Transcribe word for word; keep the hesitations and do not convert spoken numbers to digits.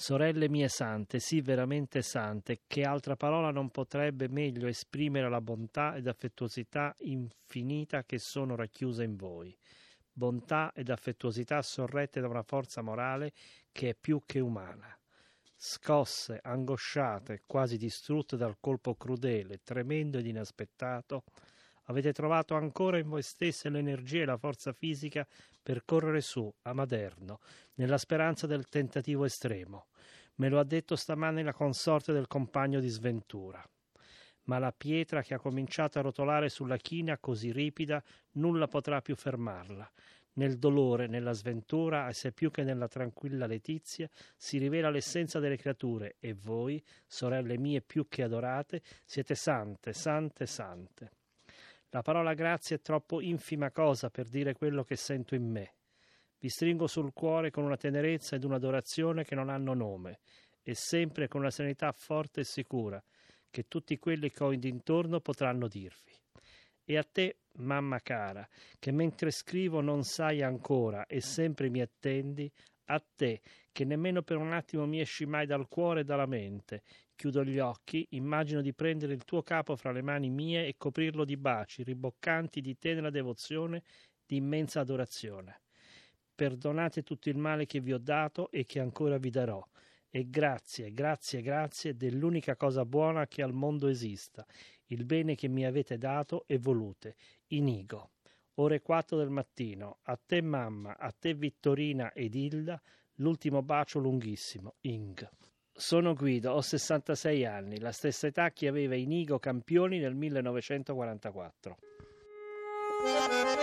Sorelle mie sante, sì veramente sante, che altra parola non potrebbe meglio esprimere la bontà ed affettuosità infinita che sono racchiuse in voi. Bontà ed affettuosità sorrette da una forza morale che è più che umana. Scosse, angosciate, quasi distrutte dal colpo crudele, tremendo ed inaspettato, avete trovato ancora in voi stesse l'energia e la forza fisica per correre su, a Maderno, nella speranza del tentativo estremo. Me lo ha detto stamane la consorte del compagno di sventura. Ma la pietra che ha cominciato a rotolare sulla china così ripida, nulla potrà più fermarla. Nel dolore, nella sventura, assai più che nella tranquilla letizia, si rivela l'essenza delle creature, e voi, sorelle mie più che adorate, siete sante, sante, sante. La parola grazia è troppo infima cosa per dire quello che sento in me. Vi stringo sul cuore con una tenerezza ed un'adorazione che non hanno nome, e sempre con una serenità forte e sicura, che tutti quelli che ho d'intorno potranno dirvi. E a te, mamma cara, che mentre scrivo non sai ancora e sempre mi attendi, a te, che nemmeno per un attimo mi esci mai dal cuore e dalla mente, chiudo gli occhi, immagino di prendere il tuo capo fra le mani mie e coprirlo di baci riboccanti di tenera devozione, di immensa adorazione. Perdonate tutto il male che vi ho dato e che ancora vi darò, e grazie, grazie, grazie dell'unica cosa buona che al mondo esista, il bene che mi avete dato e volute, Inigo. Ore quattro del mattino, a te mamma, a te Vittorina ed Hilda, l'ultimo bacio lunghissimo, Ing. Sono Guido, ho sessantasei anni, la stessa età che aveva Inigo Campioni nel millenovecentoquarantaquattro.